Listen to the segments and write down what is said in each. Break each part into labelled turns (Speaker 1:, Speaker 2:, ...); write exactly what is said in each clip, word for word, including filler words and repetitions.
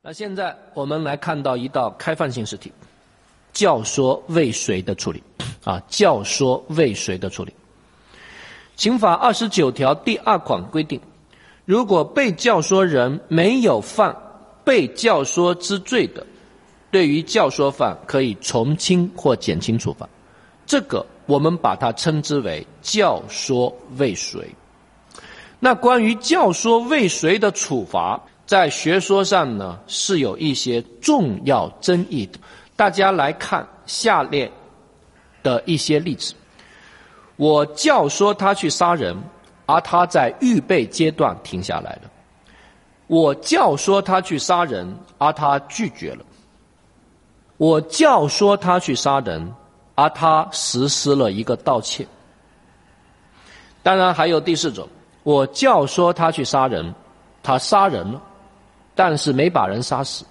Speaker 1: 那现在我们来看到一道开放性试题，教唆未遂的处理啊，教唆未遂的处理。刑法二十九条第二款规定，如果被教唆人没有犯被教唆之罪的，对于教唆犯可以从轻或减轻处罚，这个我们把它称之为教唆未遂。那关于教唆未遂的处罚，在学说上呢是有一些重要争议的。大家来看下列的一些例子：我教唆他去杀人，而他在预备阶段停下来了；我教唆他去杀人，而他拒绝了；我教唆他去杀人，而他实施了一个盗窃。当然还有第四种，我教唆他去杀人，他杀人了，但是没把人杀死。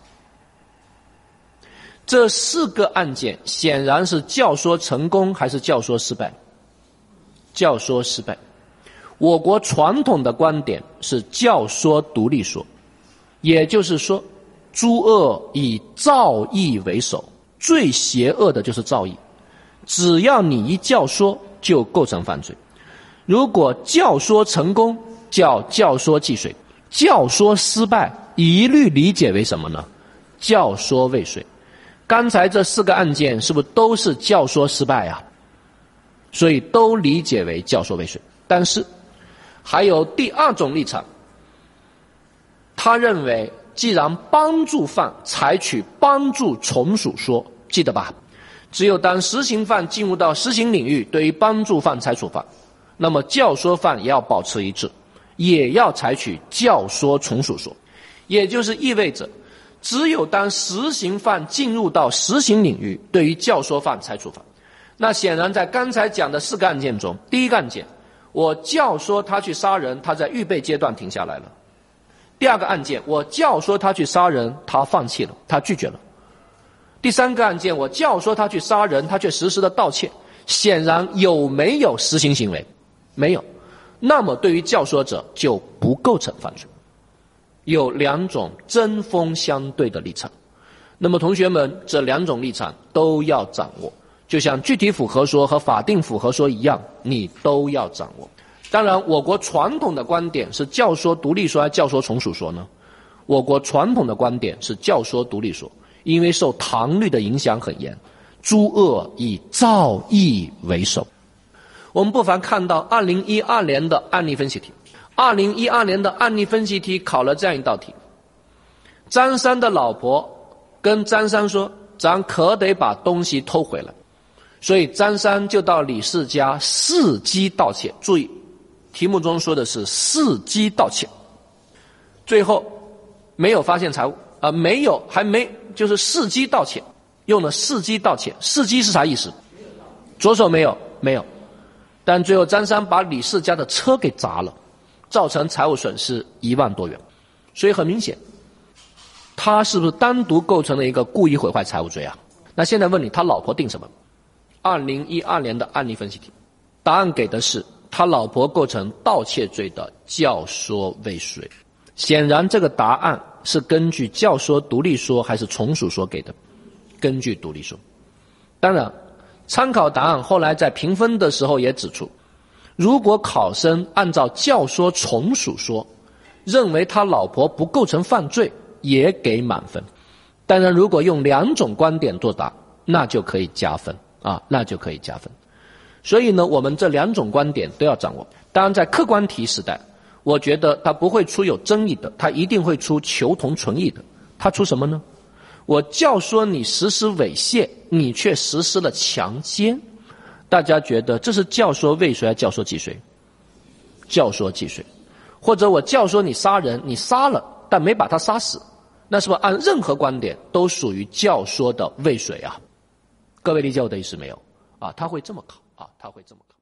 Speaker 1: 这四个案件显然是教唆成功还是教唆失败？教唆失败。我国传统的观点是教唆独立说，也就是说，诸恶以造诣为首，最邪恶的就是造诣，只要你一教唆就构成犯罪。如果教唆成功叫教唆既遂，教唆失败一律理解为什么呢？教唆未遂。刚才这四个案件是不是都是教唆失败啊？所以都理解为教唆未遂。但是还有第二种立场，他认为既然帮助犯采取帮助从属说，记得吧？只有当实行犯进入到实行领域，对于帮助犯采处罚，那么教唆犯也要保持一致，也要采取教唆从属说。也就是意味着，只有当实行犯进入到实行领域，对于教唆犯采处罚。那显然在刚才讲的四个案件中，第一个案件，我教唆他去杀人，他在预备阶段停下来了；第二个案件，我教唆他去杀人，他放弃了，他拒绝了；第三个案件，我教唆他去杀人，他却实施了盗窃。显然有没有实行行为？没有。那么对于教唆者就不构成犯罪。有两种针锋相对的立场，那么同学们这两种立场都要掌握，就像具体符合说和法定符合说一样，你都要掌握。当然我国传统的观点是教唆独立说还是教唆从属说呢？我国传统的观点是教唆独立说，因为受唐律的影响很严，诸恶以造诣为首。我们不妨看到二零一二年的案例分析题。二零一二年的案例分析题考了这样一道题：张三的老婆跟张三说，咱可得把东西偷回来，所以张三就到李四家伺机盗窃。注意，题目中说的是伺机盗窃，最后没有发现财物啊、呃，没有，还没，就是伺机盗窃，用了伺机盗窃。伺机是啥意思？左手没有，没有，但最后张三把李四家的车给砸了，造成财务损失一万多元。所以很明显，他是不是单独构成了一个故意毁坏财物罪啊？那现在问你，他老婆定什么？二零一二年的案例分析题，答案给的是他老婆构成盗窃罪的教唆未遂。显然这个答案是根据教唆独立说还是从属说给的？根据独立说。当然参考答案后来在评分的时候也指出，如果考生按照教唆从属说，认为他老婆不构成犯罪，也给满分。当然如果用两种观点作答，那就可以加分啊，那就可以加分。所以呢，我们这两种观点都要掌握。当然在客观题时代，我觉得它不会出有争议的，它一定会出求同存异的。它出什么呢？我教唆你实施猥亵，你却实施了强奸，大家觉得这是教唆未遂还是教唆既遂？教唆既遂。或者我教唆你杀人，你杀了但没把他杀死，那是不是按任何观点都属于教唆的未遂啊？各位理解我的意思没有啊？他会这么考啊，他会这么考。